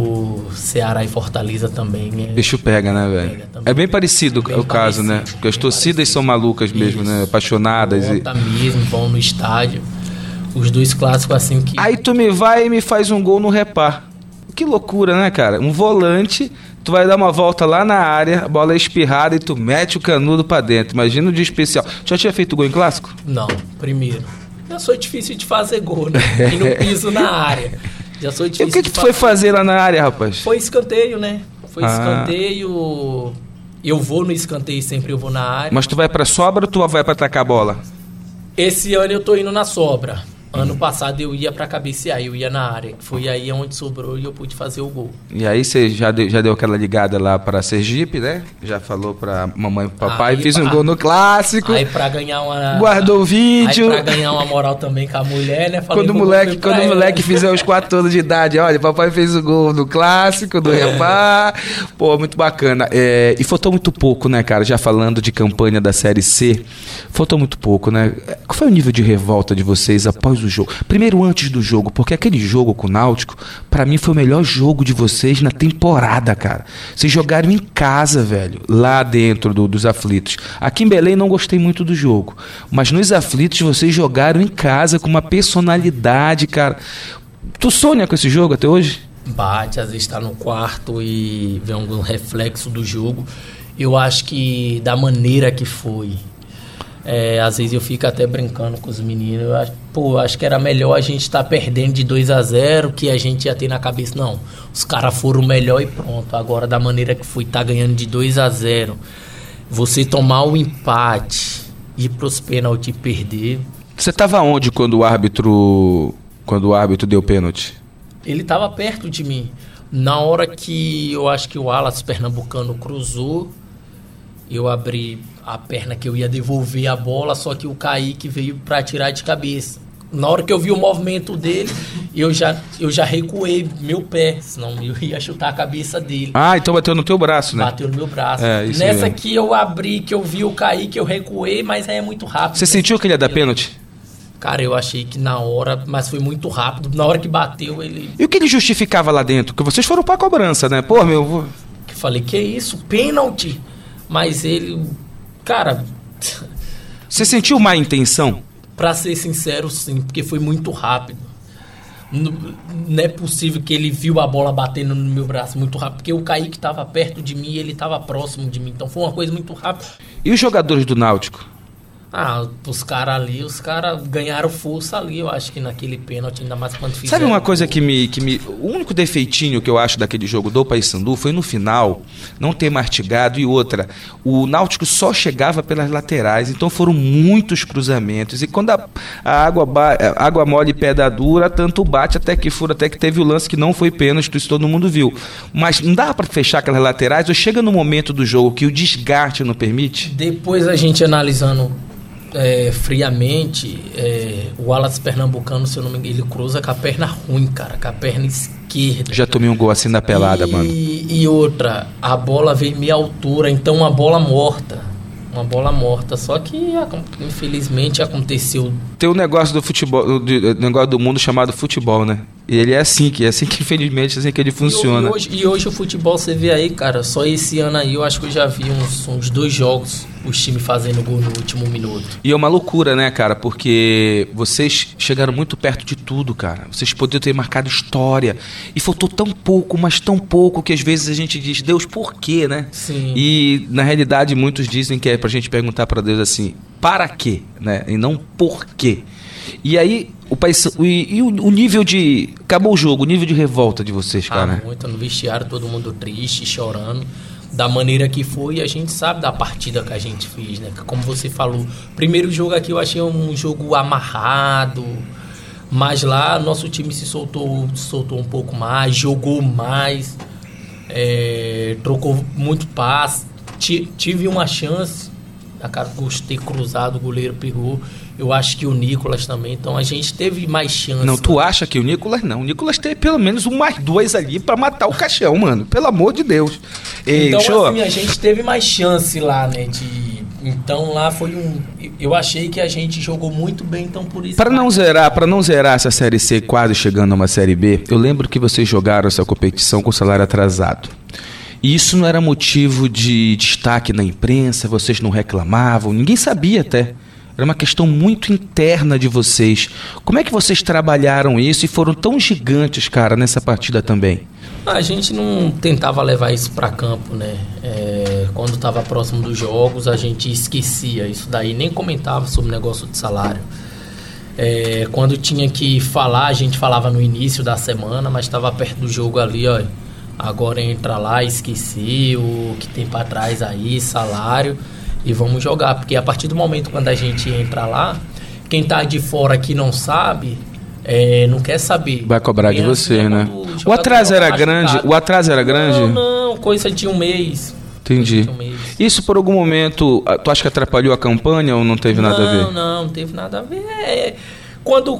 Speaker 3: o Ceará e Fortaleza também.
Speaker 2: Bicho pega, né, velho? É bem parecido o caso, né? Porque as torcidas são malucas mesmo, né? Apaixonadas.
Speaker 3: Mesmo, vão no estádio. Os dois clássicos assim que...
Speaker 2: Aí tu me vai e me faz um gol no Repá. Que loucura, né, cara? Um volante, tu vai dar uma volta lá na área, a bola é espirrada e tu mete o canudo pra dentro. Imagina o dia especial. Já tinha feito gol em clássico?
Speaker 3: Não, primeiro. Já sou difícil de fazer gol, né? E no piso na área. Já sou difícil.
Speaker 2: E o que tu foi fazer lá na área, rapaz?
Speaker 3: Foi escanteio, né? Foi escanteio. Eu vou no escanteio, sempre eu vou na área.
Speaker 2: Mas tu vai pra sobra ou tu vai pra atacar a bola?
Speaker 3: Esse ano eu tô indo na sobra. Ano passado eu ia pra cabecear, eu ia na área. Foi aí onde sobrou e eu pude fazer o gol.
Speaker 2: E aí você já deu aquela ligada lá pra Sergipe, né? Já falou pra mamãe e papai, fiz um gol no clássico.
Speaker 3: Aí pra ganhar uma...
Speaker 2: Guardou o vídeo.
Speaker 3: Aí pra ganhar uma moral também com a mulher, né?
Speaker 2: Falei, quando o moleque fizer os 4 anos de idade, olha, papai fez o gol no clássico, do Repá. Pô, muito bacana. E faltou muito pouco, né, cara? Já falando de campanha da Série C, faltou muito pouco, né? Qual foi o nível de revolta de vocês após o jogo? Primeiro, antes do jogo, porque aquele jogo com o Náutico, pra mim foi o melhor jogo de vocês na temporada, cara. Vocês jogaram em casa, velho, lá dentro dos aflitos. Aqui em Belém não gostei muito do jogo, mas nos aflitos vocês jogaram em casa com uma personalidade, cara. Tu sonha com esse jogo até hoje?
Speaker 3: Bate, às vezes tá no quarto e vê algum reflexo do jogo. Eu acho que da maneira que foi, às vezes eu fico até brincando com os meninos. Eu acho que era melhor a gente estar perdendo de 2-0 que a gente ia ter na cabeça. Não, os caras foram melhor e pronto. Agora, da maneira que foi, tá ganhando de 2-0, você tomar o empate, ir pros pênaltis e perder.
Speaker 2: Você tava onde quando o árbitro deu pênalti?
Speaker 3: Ele tava perto de mim. Na hora que eu acho que o Wallace Pernambucano cruzou, eu abri a perna que eu ia devolver a bola, só que o Kaique veio para tirar de cabeça. Na hora que eu vi o movimento dele, eu já recuei meu pé, senão eu ia chutar a cabeça dele.
Speaker 2: Ah, então bateu no teu braço, né?
Speaker 3: Bateu no meu braço.
Speaker 2: Isso
Speaker 3: Nessa
Speaker 2: mesmo.
Speaker 3: que eu abri, que eu vi o Kaique, eu recuei, mas aí é muito rápido.
Speaker 2: Você sentiu que ele ia dar pênalti?
Speaker 3: Cara, eu achei que na hora, mas foi muito rápido. Na hora que bateu, ele...
Speaker 2: E o que ele justificava lá dentro? Porque vocês foram pra cobrança, né? Pô, meu...
Speaker 3: Eu falei, que isso? Pênalti? Mas ele... Cara...
Speaker 2: Você sentiu má intenção?
Speaker 3: Pra ser sincero, sim, porque foi muito rápido. Não é possível que ele viu a bola batendo no meu braço muito rápido, porque o Kaique estava perto de mim e ele estava próximo de mim. Então foi uma coisa muito rápida.
Speaker 2: E os jogadores do Náutico?
Speaker 3: Os caras ali, os caras ganharam força ali, eu acho que naquele pênalti, ainda mais quando fizeram.
Speaker 2: Sabe uma coisa que me... O único defeitinho que eu acho daquele jogo do Paysandu foi no final não ter mastigado, e outra, o Náutico só chegava pelas laterais, então foram muitos cruzamentos, e quando a água mole e pedra dura, tanto bate até que fura, até que teve o lance que não foi pênalti, isso todo mundo viu. Mas não dá para fechar aquelas laterais, ou chega no momento do jogo que o desgaste não permite?
Speaker 3: Depois a gente analisando friamente, o Wallace Pernambucano, se eu não me engano, ele cruza com a perna ruim, cara, com a perna esquerda.
Speaker 2: Já tomei um gol assim na pelada, mano.
Speaker 3: E outra, a bola veio meia altura, então uma bola morta, só que infelizmente aconteceu.
Speaker 2: Tem um negócio do futebol, negócio do mundo chamado futebol, né? E ele é assim que infelizmente assim que ele funciona.
Speaker 3: E hoje o futebol, você vê aí, cara, só esse ano aí eu acho que eu já vi uns 2 jogos os times fazendo gol no último minuto.
Speaker 2: E é uma loucura, né, cara? Porque vocês chegaram muito perto de tudo, cara. Vocês poderiam ter marcado história. E faltou tão pouco, mas tão pouco, que às vezes a gente diz, Deus, por quê, né?
Speaker 3: Sim.
Speaker 2: E, na realidade, muitos dizem que é pra gente perguntar pra Deus assim, para quê, né? E não por quê. E aí, o nível de... Acabou o jogo, o nível de revolta de vocês, cara.
Speaker 3: Muito no vestiário, todo mundo triste, chorando. da maneira que foi, a gente sabe da partida que a gente fez, né? Como você falou, primeiro jogo aqui eu achei um jogo amarrado, mas lá nosso time se soltou um pouco mais, jogou mais, trocou muito passe, tive uma chance, a cara gostei cruzado, o goleiro pegou. Eu acho que o Nicolas também. Então a gente teve mais chance.
Speaker 2: Não, tu acha que o Nicolas não? O Nicolas teve pelo menos mais 2 ali pra matar o caixão, mano. Pelo amor de Deus.
Speaker 3: Então, assim, a gente teve mais chance lá, né? Então lá foi eu achei que a gente jogou muito bem, então por isso. Para
Speaker 2: não zerar essa Série C quase chegando a uma Série B, eu lembro que vocês jogaram essa competição com salário atrasado. E isso não era motivo de destaque na imprensa, vocês não reclamavam, ninguém sabia até. Era uma questão muito interna de vocês. Como é que vocês trabalharam isso e foram tão gigantes, cara, nessa partida também?
Speaker 3: A gente não tentava levar isso para campo, né? Quando estava próximo dos jogos, a gente esquecia isso daí, nem comentava sobre o negócio de salário. Quando tinha que falar, a gente falava no início da semana, mas estava perto do jogo ali, ó. Agora entra lá, esqueci o que tem para trás aí, salário... E vamos jogar, porque a partir do momento quando a gente entra lá, quem tá de fora que não sabe, não quer saber.
Speaker 2: Vai cobrar de você, né? O atraso era grande?
Speaker 3: Não, coisa de um mês.
Speaker 2: Entendi. Isso por algum momento, tu acha que atrapalhou a campanha ou não teve nada a ver?
Speaker 3: Não teve nada a ver. Quando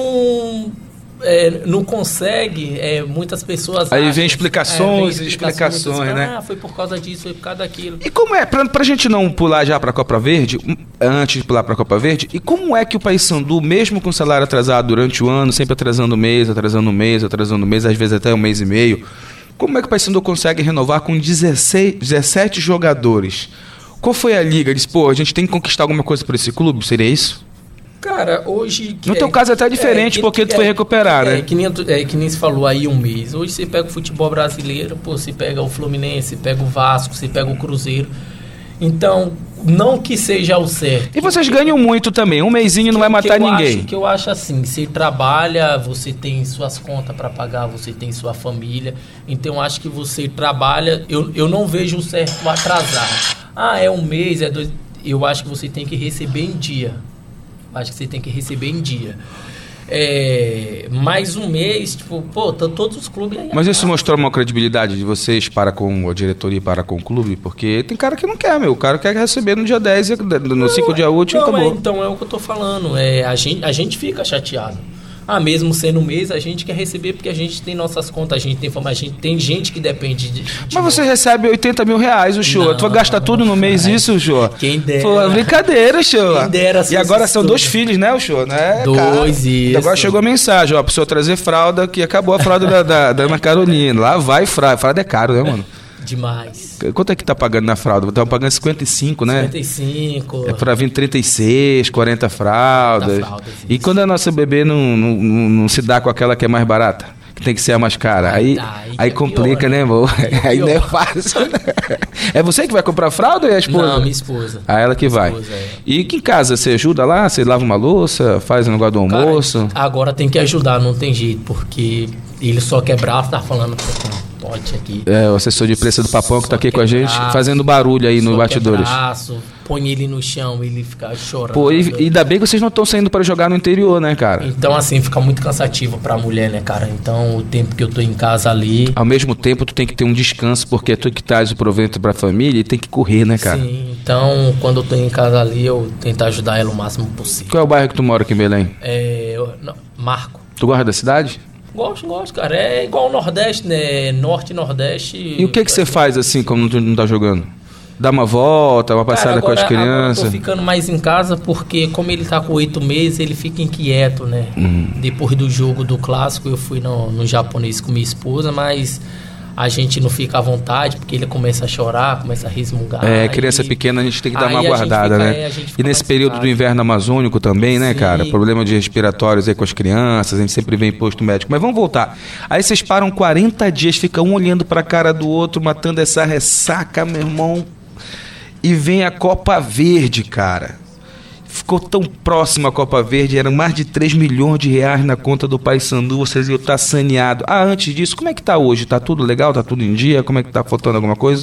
Speaker 3: não consegue, muitas pessoas
Speaker 2: aí vem explicações, né?
Speaker 3: Foi por causa disso, foi por causa daquilo.
Speaker 2: E como é, pra gente não pular já pra Copa Verde, antes de pular pra Copa Verde, e como é que o Paysandu, mesmo com salário atrasado durante o ano, sempre atrasando um mês, às vezes até 1 mês e meio, como é que o Paysandu consegue renovar com 17 jogadores? Qual foi a liga? Eles, a gente tem que conquistar alguma coisa por esse clube, seria isso?
Speaker 3: Cara, hoje...
Speaker 2: No teu caso é até diferente, porque tu foi recuperar, né?
Speaker 3: Que nem se falou aí 1 mês. Hoje você pega o futebol brasileiro, você pega o Fluminense, pega o Vasco, você pega o Cruzeiro. Então, não que seja o certo.
Speaker 2: E vocês ganham muito também. 1 mêsinho não vai matar ninguém.
Speaker 3: Que eu acho assim, você trabalha, você tem suas contas para pagar, você tem sua família. Então, eu acho que você trabalha... Eu não vejo o certo atrasar. É 1 mês, é 2... Eu acho que você tem que receber em dia. Mais 1 mês, todos os clubes...
Speaker 2: Mas isso mostrou uma credibilidade de vocês para com a diretoria e para com o clube? Porque tem cara que não quer, o cara quer receber no dia 10, no 5 dia útil e acabou.
Speaker 3: Então, é o que eu tô falando, a gente fica chateado. Mesmo sendo 1 mês, a gente quer receber porque a gente tem nossas contas, a gente tem fama, a gente tem gente que depende de
Speaker 2: Mas você recebe 80 mil reais, o show. Tu vai gastar tudo no mês isso, show?
Speaker 3: Quem dera.
Speaker 2: Pô, brincadeira, show.
Speaker 3: Quem dera.
Speaker 2: E agora são 2 filhos, né, o show? Né,
Speaker 3: 2, isso.
Speaker 2: Agora chegou a mensagem, pra pessoa trazer fralda, que acabou a fralda da Ana Carolina. Lá vai fralda. Fralda é caro, né, mano?
Speaker 3: Demais.
Speaker 2: Quanto é que tá pagando na fralda? Estão pagando 55, né?
Speaker 3: 55.
Speaker 2: É pra vir 36, 40 fraldas. E quando a nossa bebê não se dá com aquela que é mais barata? Que tem que ser a mais cara. Aí complica, pior, né, amor? Aí não é fácil. É você que vai comprar fralda ou é a esposa?
Speaker 3: Não, minha esposa.
Speaker 2: Ela que vai. E que em casa, você ajuda lá? Você lava uma louça? Faz um negócio do almoço?
Speaker 3: Cara, agora tem que ajudar, não tem jeito. Porque ele só quebrar, tá falando pote aqui.
Speaker 2: O assessor de preço do Papão que tá aqui com a gente, fazendo barulho aí no bastidores.
Speaker 3: Põe ele no chão, ele fica chorando.
Speaker 2: Pô, e ainda bem que vocês não estão saindo para jogar no interior, né, cara?
Speaker 3: Então, assim, fica muito cansativo pra mulher, né, cara? Então, o tempo que eu tô em casa ali...
Speaker 2: Ao mesmo tempo, tu tem que ter um descanso, porque é tu que traz o provento pra família e tem que correr, né, cara?
Speaker 3: Sim, então, quando eu tô em casa ali, eu tento ajudar ela o máximo possível.
Speaker 2: Qual é o bairro que tu mora aqui em Belém?
Speaker 3: Marco.
Speaker 2: Tu gosta da cidade?
Speaker 3: Gosto, cara. É igual o Nordeste, né? Norte e Nordeste.
Speaker 2: E o que você faz assim, quando tu não tá jogando? Dá uma volta, uma passada com as crianças?
Speaker 3: Eu tô ficando mais em casa porque, como ele tá com 8 meses, ele fica inquieto, né? Depois do jogo do Clássico, eu fui no japonês com minha esposa, mas a gente não fica à vontade, porque ele começa a chorar, começa a resmungar.
Speaker 2: Criança pequena a gente tem que dar uma guardada, né? E nesse período do inverno amazônico também, né, cara? Problema de respiratórios aí com as crianças, a gente sempre vem em posto médico. Mas vamos voltar. Aí vocês param 40 dias, ficam um olhando pra cara do outro, matando essa ressaca, meu irmão. E vem a Copa Verde, cara. Ficou tão próximo a Copa Verde, eram mais de 3 milhões de reais na conta do Paysandu, vocês iam estar saneado. Antes disso, como é que tá hoje? Tá tudo legal? Tá tudo em dia? Como é que tá? Faltando alguma coisa?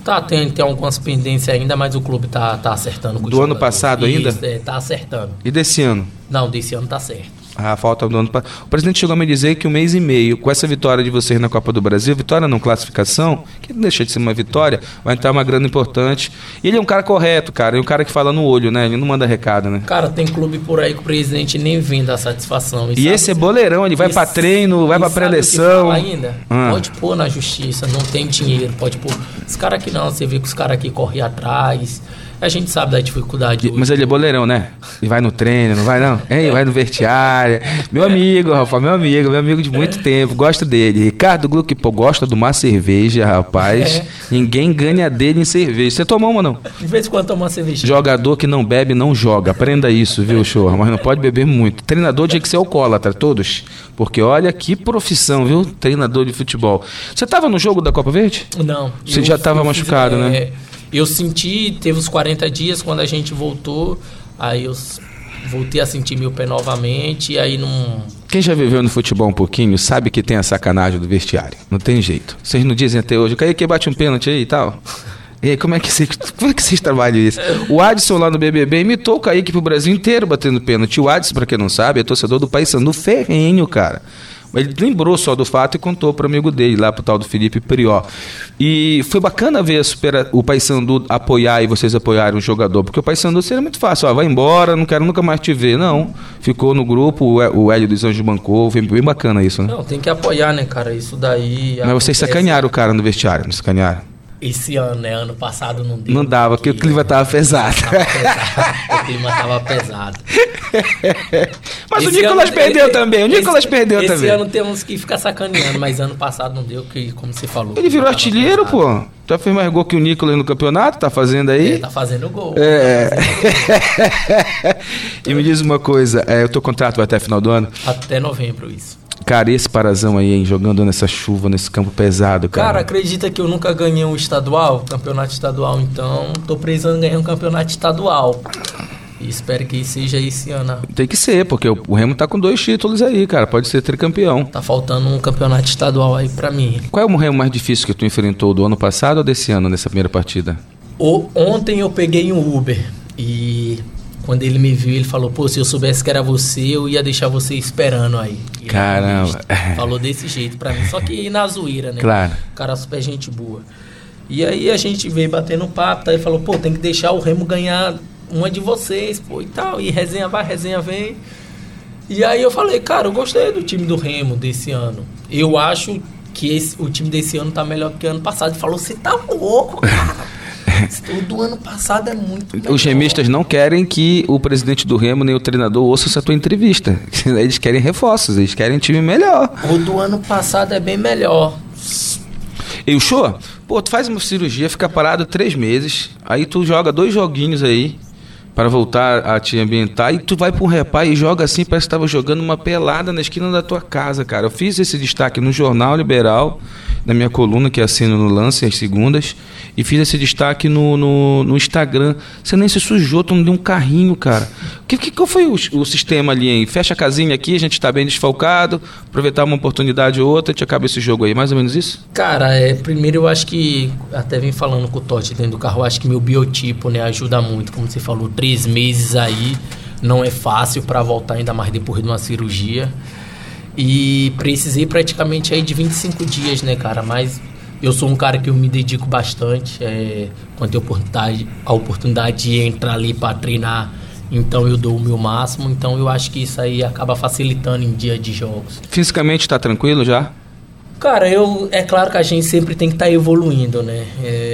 Speaker 3: Tem algumas pendências ainda, mas o clube tá acertando com os
Speaker 2: Do ano passado ainda?
Speaker 3: Isso, tá acertando.
Speaker 2: E desse ano?
Speaker 3: Não, desse ano tá certo.
Speaker 2: Falta do ano passado. O presidente chegou a me dizer que 1 mês e meio, com essa vitória de vocês na Copa do Brasil, vitória não classificação, que não deixa de ser uma vitória, vai entrar uma grana importante. E ele é um cara correto, cara, é um cara que fala no olho, né? Ele não manda recado, né?
Speaker 3: Cara, tem clube por aí que o presidente nem vem dar satisfação.
Speaker 2: E esse é boleirão, ele vai pra treino, vai pra pré-eleição.
Speaker 3: Ainda? Pode pôr na justiça, não tem dinheiro, pode pôr. Os caras aqui não, você vê que os caras aqui correm atrás. A gente sabe da dificuldade.
Speaker 2: Mas ele é boleirão, né? Ele vai no treino, não vai não? Vai no vestiário. Meu amigo, Rafa, meu amigo de muito tempo, gosto dele. Ricardo Gluck, pô, gosta de uma cerveja, rapaz. Ninguém ganha dele em cerveja. Você tomou uma, não?
Speaker 3: De vez em quando toma uma cerveja.
Speaker 2: Jogador que não bebe, não joga. Aprenda isso, viu, show? Mas não pode beber muito. Treinador tinha que ser alcoólatra, todos. Porque olha que profissão, viu? Treinador de futebol. Você tava no jogo da Copa Verde?
Speaker 3: Não.
Speaker 2: Você já tava machucado, né?
Speaker 3: Eu senti, teve os 40 dias, quando a gente voltou, aí eu voltei a sentir meu pé novamente, e aí não...
Speaker 2: Quem já viveu no futebol um pouquinho sabe que tem a sacanagem do vestiário. Não tem jeito. Vocês não dizem até hoje, o Kaique bate um pênalti aí e tal? E aí, como é que vocês trabalham isso? O Adson lá no BBB imitou o Kaique pro Brasil inteiro batendo pênalti. O Adson, pra quem não sabe, é torcedor do Paysandu ferrenho, cara. Ele lembrou só do fato e contou para o amigo dele, lá pro tal do Felipe Prió. E foi bacana ver o Paysandu apoiar e vocês apoiarem o jogador, porque o Paysandu seria muito fácil, vai embora, não quero nunca mais te ver. Não, ficou no grupo, o Hélio dos Anjos bancou, foi bem bacana isso, né?
Speaker 3: Não, tem que apoiar, né, cara, isso daí...
Speaker 2: Mas vocês sacanearam o cara no vestiário, não sacanearam?
Speaker 3: Esse ano, né? Ano passado não deu.
Speaker 2: Não dava, porque o clima tava pesado.
Speaker 3: O clima tava pesado.
Speaker 2: Mas esse o Nicolas perdeu também. Esse
Speaker 3: ano temos que ficar sacaneando, mas ano passado não deu, que, como você falou.
Speaker 2: Ele virou artilheiro, pô. Já fez mais gol que o Nicolas no campeonato, tá fazendo aí?
Speaker 3: Tá fazendo gol.
Speaker 2: E me diz uma coisa, o teu contrato vai até final do ano?
Speaker 3: Até novembro, isso.
Speaker 2: Cara, e esse Parazão aí, hein, jogando nessa chuva, nesse campo pesado, cara?
Speaker 3: Cara, acredita que eu nunca ganhei um campeonato estadual, então tô precisando ganhar um campeonato estadual. E espero que seja esse ano.
Speaker 2: Tem que ser, porque o Remo tá com 2 títulos aí, cara, pode ser tricampeão.
Speaker 3: Tá faltando um campeonato estadual aí pra mim.
Speaker 2: Qual é o Remo mais difícil que tu enfrentou, do ano passado ou desse ano, nessa primeira partida?
Speaker 3: Ontem eu peguei um Uber e... Quando ele me viu, ele falou, pô, se eu soubesse que era você, eu ia deixar você esperando aí. E
Speaker 2: caramba.
Speaker 3: Falou desse jeito pra mim, só que na zoeira, né?
Speaker 2: Claro.
Speaker 3: O cara super gente boa. E aí a gente veio batendo papo, tá? Ele falou, pô, tem que deixar o Remo ganhar uma de vocês, pô, e tal. E resenha vai, resenha vem. E aí eu falei, cara, eu gostei do time do Remo desse ano. Eu acho que o time desse ano tá melhor que o ano passado. Ele falou, você tá louco, cara. O do ano passado é muito melhor.
Speaker 2: Os remistas não querem que o presidente do Remo nem o treinador ouçam essa tua entrevista. Eles querem reforços, eles querem um time melhor.
Speaker 3: O do ano passado é bem melhor.
Speaker 2: E o show? Pô, tu faz uma cirurgia, fica parado 3 meses, aí tu joga 2 joguinhos aí para voltar a te ambientar, e tu vai para um repá e joga assim, parece que estava jogando uma pelada na esquina da tua casa, cara. Eu fiz esse destaque no Jornal Liberal, na minha coluna que assino no Lance às segundas, e fiz esse destaque no Instagram. Você nem se sujou, tu não deu um carrinho, cara. Qual foi o sistema ali, hein? Fecha a casinha aqui, a gente está bem desfalcado, aproveitar uma oportunidade ou outra, te acaba esse jogo aí, mais ou menos isso?
Speaker 3: Cara, primeiro eu acho que, até vem falando com o Totti dentro do carro, eu acho que meu biotipo, né, ajuda muito, como você falou, 3 meses aí, não é fácil para voltar, ainda mais depois de uma cirurgia. E precisei praticamente aí de 25 dias, né, cara? Mas eu sou um cara que eu me dedico bastante. Quando tem a oportunidade de entrar ali para treinar, então eu dou o meu máximo. Então eu acho que isso aí acaba facilitando em dia de jogos.
Speaker 2: Fisicamente tá tranquilo já?
Speaker 3: Cara, é claro que a gente sempre tem que estar evoluindo, né?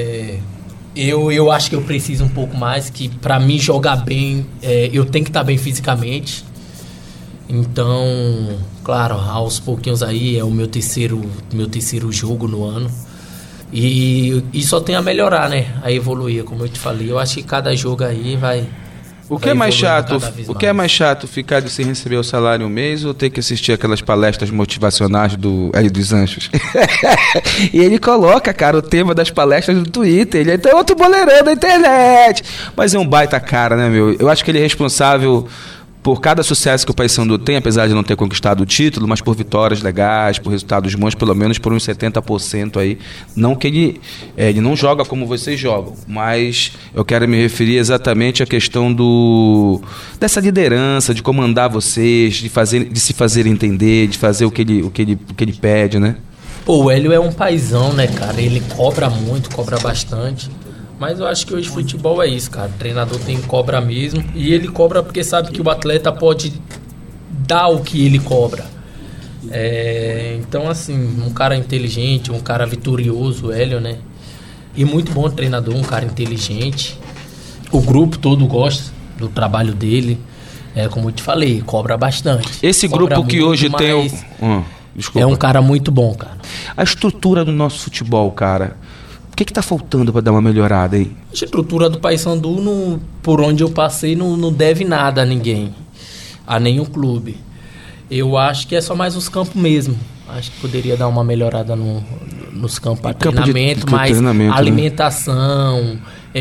Speaker 3: Eu acho que eu preciso um pouco mais, que para mim jogar bem, eu tenho que estar bem fisicamente. Então, claro, aos pouquinhos aí é o meu terceiro jogo no ano. E só tem a melhorar, né? A evoluir, como eu te falei. Eu acho que cada jogo aí vai...
Speaker 2: O que é mais chato? O que é mais chato, ficar de sem receber o salário um mês ou ter que assistir aquelas palestras motivacionais do Hélio dos Anjos? E ele coloca, cara, o tema das palestras no Twitter. Ele é outro boleirão da internet. Mas é um baita cara, né, meu? Eu acho que ele é responsável por cada sucesso que o Paysandu tem, apesar de não ter conquistado o título, mas por vitórias legais, por resultados bons, pelo menos por uns 70% aí. Não que ele não joga como vocês jogam, mas eu quero me referir exatamente à questão dessa liderança, de comandar vocês, de se fazer entender, de fazer o que ele pede, né?
Speaker 3: Pô, o Hélio é um paizão, né, cara? Ele cobra muito, cobra bastante. Mas eu acho que hoje futebol é isso, cara. O treinador tem que cobrar mesmo. E ele cobra porque sabe que o atleta pode dar o que ele cobra. Então, assim, um cara inteligente, um cara vitorioso, o Hélio, né? E muito bom treinador, um cara inteligente. O grupo todo gosta do trabalho dele. Como eu te falei, cobra bastante.
Speaker 2: Esse
Speaker 3: cobra
Speaker 2: grupo que
Speaker 3: muito,
Speaker 2: hoje tem... Desculpa.
Speaker 3: É um cara muito bom, cara.
Speaker 2: A estrutura do nosso futebol, cara... O que está faltando para dar uma melhorada aí?
Speaker 3: A estrutura do Paysandu, por onde eu passei, não deve nada a ninguém, a nenhum clube. Eu acho que é só mais os campos mesmo. Acho que poderia dar uma melhorada nos campos para treinamento, mas alimentação,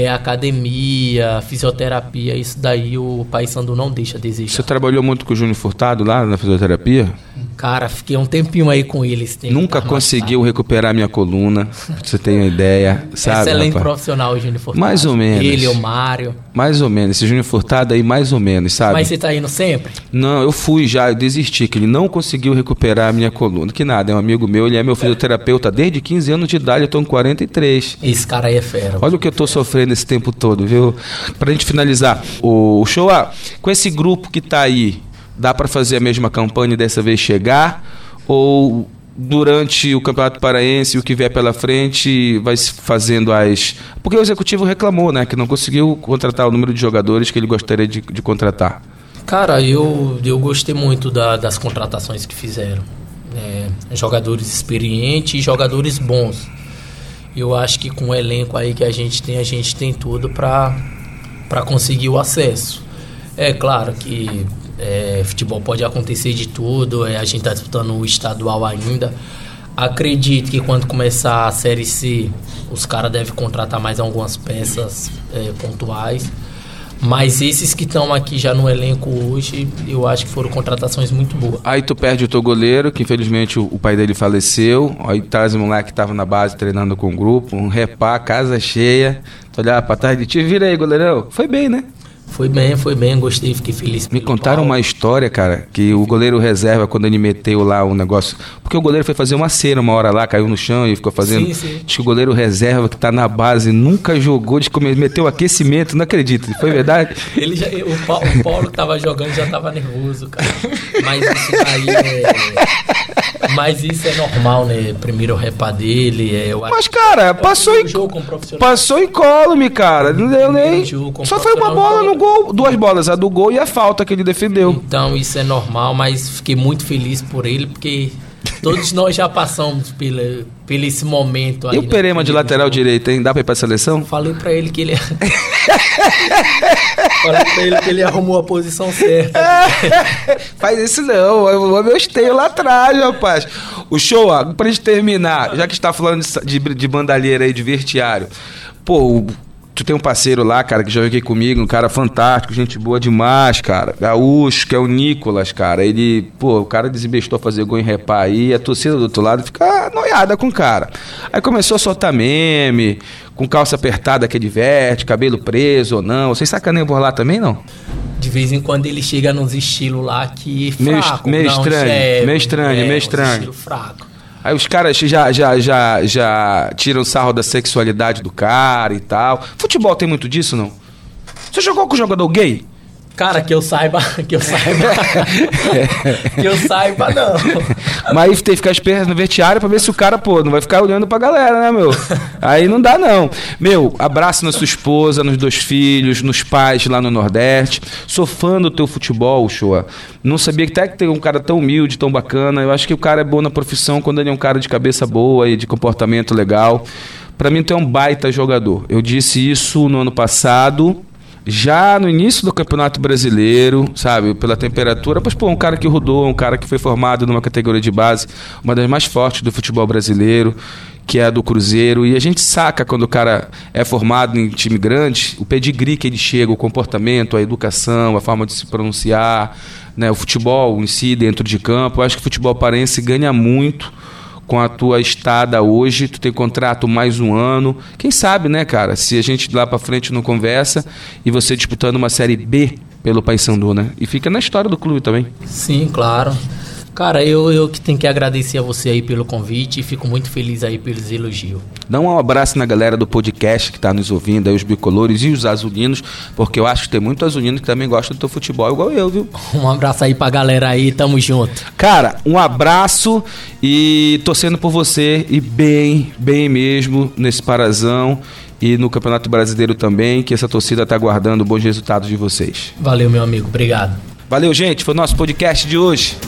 Speaker 3: academia, fisioterapia, isso daí o Paysandu não deixa a desejar.
Speaker 2: Você trabalhou muito com o Júnior Furtado lá na fisioterapia?
Speaker 3: Cara, fiquei um tempinho aí com ele.
Speaker 2: Nunca conseguiu recuperar minha coluna, pra você ter uma ideia, sabe?
Speaker 3: Excelente
Speaker 2: rapaz?
Speaker 3: Profissional o Júnior Furtado.
Speaker 2: Mais ou menos.
Speaker 3: Ele, o Mário.
Speaker 2: Mais ou menos, esse Júnior Furtado aí mais ou menos, sabe?
Speaker 3: Mas você tá indo sempre?
Speaker 2: Não, eu fui já, eu desisti, que ele não conseguiu recuperar a minha coluna. Que nada, é um amigo meu, ele é meu fisioterapeuta desde 15 anos de idade, eu tô com 43.
Speaker 3: Esse cara aí é fera.
Speaker 2: Olha o que eu tô sofrendo esse tempo todo, viu? Pra gente finalizar, o Shoa, com esse grupo que tá aí, dá pra fazer a mesma campanha e dessa vez chegar? Ou durante o Campeonato Paraense, o que vier pela frente, vai se fazendo Porque o executivo reclamou, né? Que não conseguiu contratar o número de jogadores que ele gostaria de contratar.
Speaker 3: Cara, eu gostei muito das contratações que fizeram. Jogadores experientes e jogadores bons. Eu acho que com o elenco aí que a gente tem tudo para conseguir o acesso. É claro que futebol pode acontecer de tudo, a gente está disputando o estadual ainda. Acredito que quando começar a Série C, os caras devem contratar mais algumas peças pontuais. Mas esses que estão aqui já no elenco hoje, eu acho que foram contratações muito boas.
Speaker 2: Aí tu perde o teu goleiro, que infelizmente o pai dele faleceu. Aí traz o moleque que tava na base treinando com o grupo, um repá, casa cheia. Tu olhar pra trás de ti, vira aí, goleirão. Foi bem, né?
Speaker 3: Foi bem, gostei, fiquei feliz.
Speaker 2: Me contaram uma história, cara, que o goleiro reserva, quando ele meteu lá um negócio... Porque o goleiro foi fazer uma cera uma hora lá, caiu no chão e ficou fazendo...
Speaker 3: Sim.
Speaker 2: Diz que o goleiro reserva, que tá na base, nunca jogou, meteu aquecimento, não acredito. Foi verdade?
Speaker 3: O Paulo que tava jogando já tava nervoso, cara. Mas isso daí Mas isso é normal, né? Primeiro o repá dele...
Speaker 2: Mas, cara, passou incólume, cara. Não deu nem... Só foi uma bola no gol, 2 bolas, a do gol e a falta que ele defendeu.
Speaker 3: Então isso é normal, mas fiquei muito feliz por ele, porque todos nós já passamos por esse momento aí.
Speaker 2: E o Perema de lateral direito, hein? Dá pra ir pra seleção?
Speaker 3: Falei pra ele que ele... arrumou a posição certa.
Speaker 2: Faz isso não, eu vou meu esteio lá atrás, rapaz. O show, pra gente terminar, já que está falando de bandalheira aí, de vestiário, pô, tu tem um parceiro lá, cara, que já veio aqui comigo, um cara fantástico, gente boa demais, cara. Gaúcho, que é o Nicolas, cara. Ele, pô, o cara desembestou a fazer gol em repá aí, a torcida do outro lado fica noiada com o cara. Aí começou a soltar meme, com calça apertada que ele veste, cabelo preso ou não. Vocês sacaneiam por lá também, não?
Speaker 3: De vez em quando ele chega nos estilos lá que fraco.
Speaker 2: Meio estranho.
Speaker 3: Estilo fraco.
Speaker 2: Aí os caras já tiram sarro da sexualidade do cara e tal. Futebol tem muito disso, não? Você jogou com jogador gay?
Speaker 3: Cara, que eu saiba não.
Speaker 2: Mas tem que ficar esperto no vestiário pra ver se o cara, pô, não vai ficar olhando pra galera, né, meu? Aí não dá, não. Meu, abraço na sua esposa, nos 2 filhos, nos pais lá no Nordeste. Sou fã do teu futebol, Shoa. Não sabia que até que tem um cara tão humilde, tão bacana. Eu acho que o cara é bom na profissão quando ele é um cara de cabeça boa e de comportamento legal. Pra mim, tu é um baita jogador. Eu disse isso no ano passado. já no início do Campeonato Brasileiro, sabe, pela temperatura, mas um cara que rodou, um cara que foi formado numa categoria de base, uma das mais fortes do futebol brasileiro, que é a do Cruzeiro, e a gente saca quando o cara é formado em time grande, o pedigree que ele chega, o comportamento, a educação, a forma de se pronunciar, né, o futebol em si dentro de campo. Eu acho que o futebol paraense ganha muito com a tua estada hoje. Tu tem contrato mais um ano, quem sabe, né, cara, se a gente lá pra frente não conversa e você disputando uma Série B pelo Paysandu, né, e fica na história do clube também.
Speaker 3: Sim, claro. Cara, eu que tenho que agradecer a você aí pelo convite e fico muito feliz aí pelos elogios.
Speaker 2: Dá um abraço na galera do podcast que tá nos ouvindo, aí os bicolores e os azulinos, porque eu acho que tem muito azulino que também gosta do teu futebol igual eu, viu?
Speaker 3: Um abraço aí pra galera aí, tamo junto.
Speaker 2: Cara, um abraço e torcendo por você e bem mesmo nesse Parazão e no Campeonato Brasileiro também, que essa torcida tá aguardando bons resultados de vocês.
Speaker 3: Valeu, meu amigo, obrigado.
Speaker 2: Valeu, gente, foi o nosso podcast de hoje.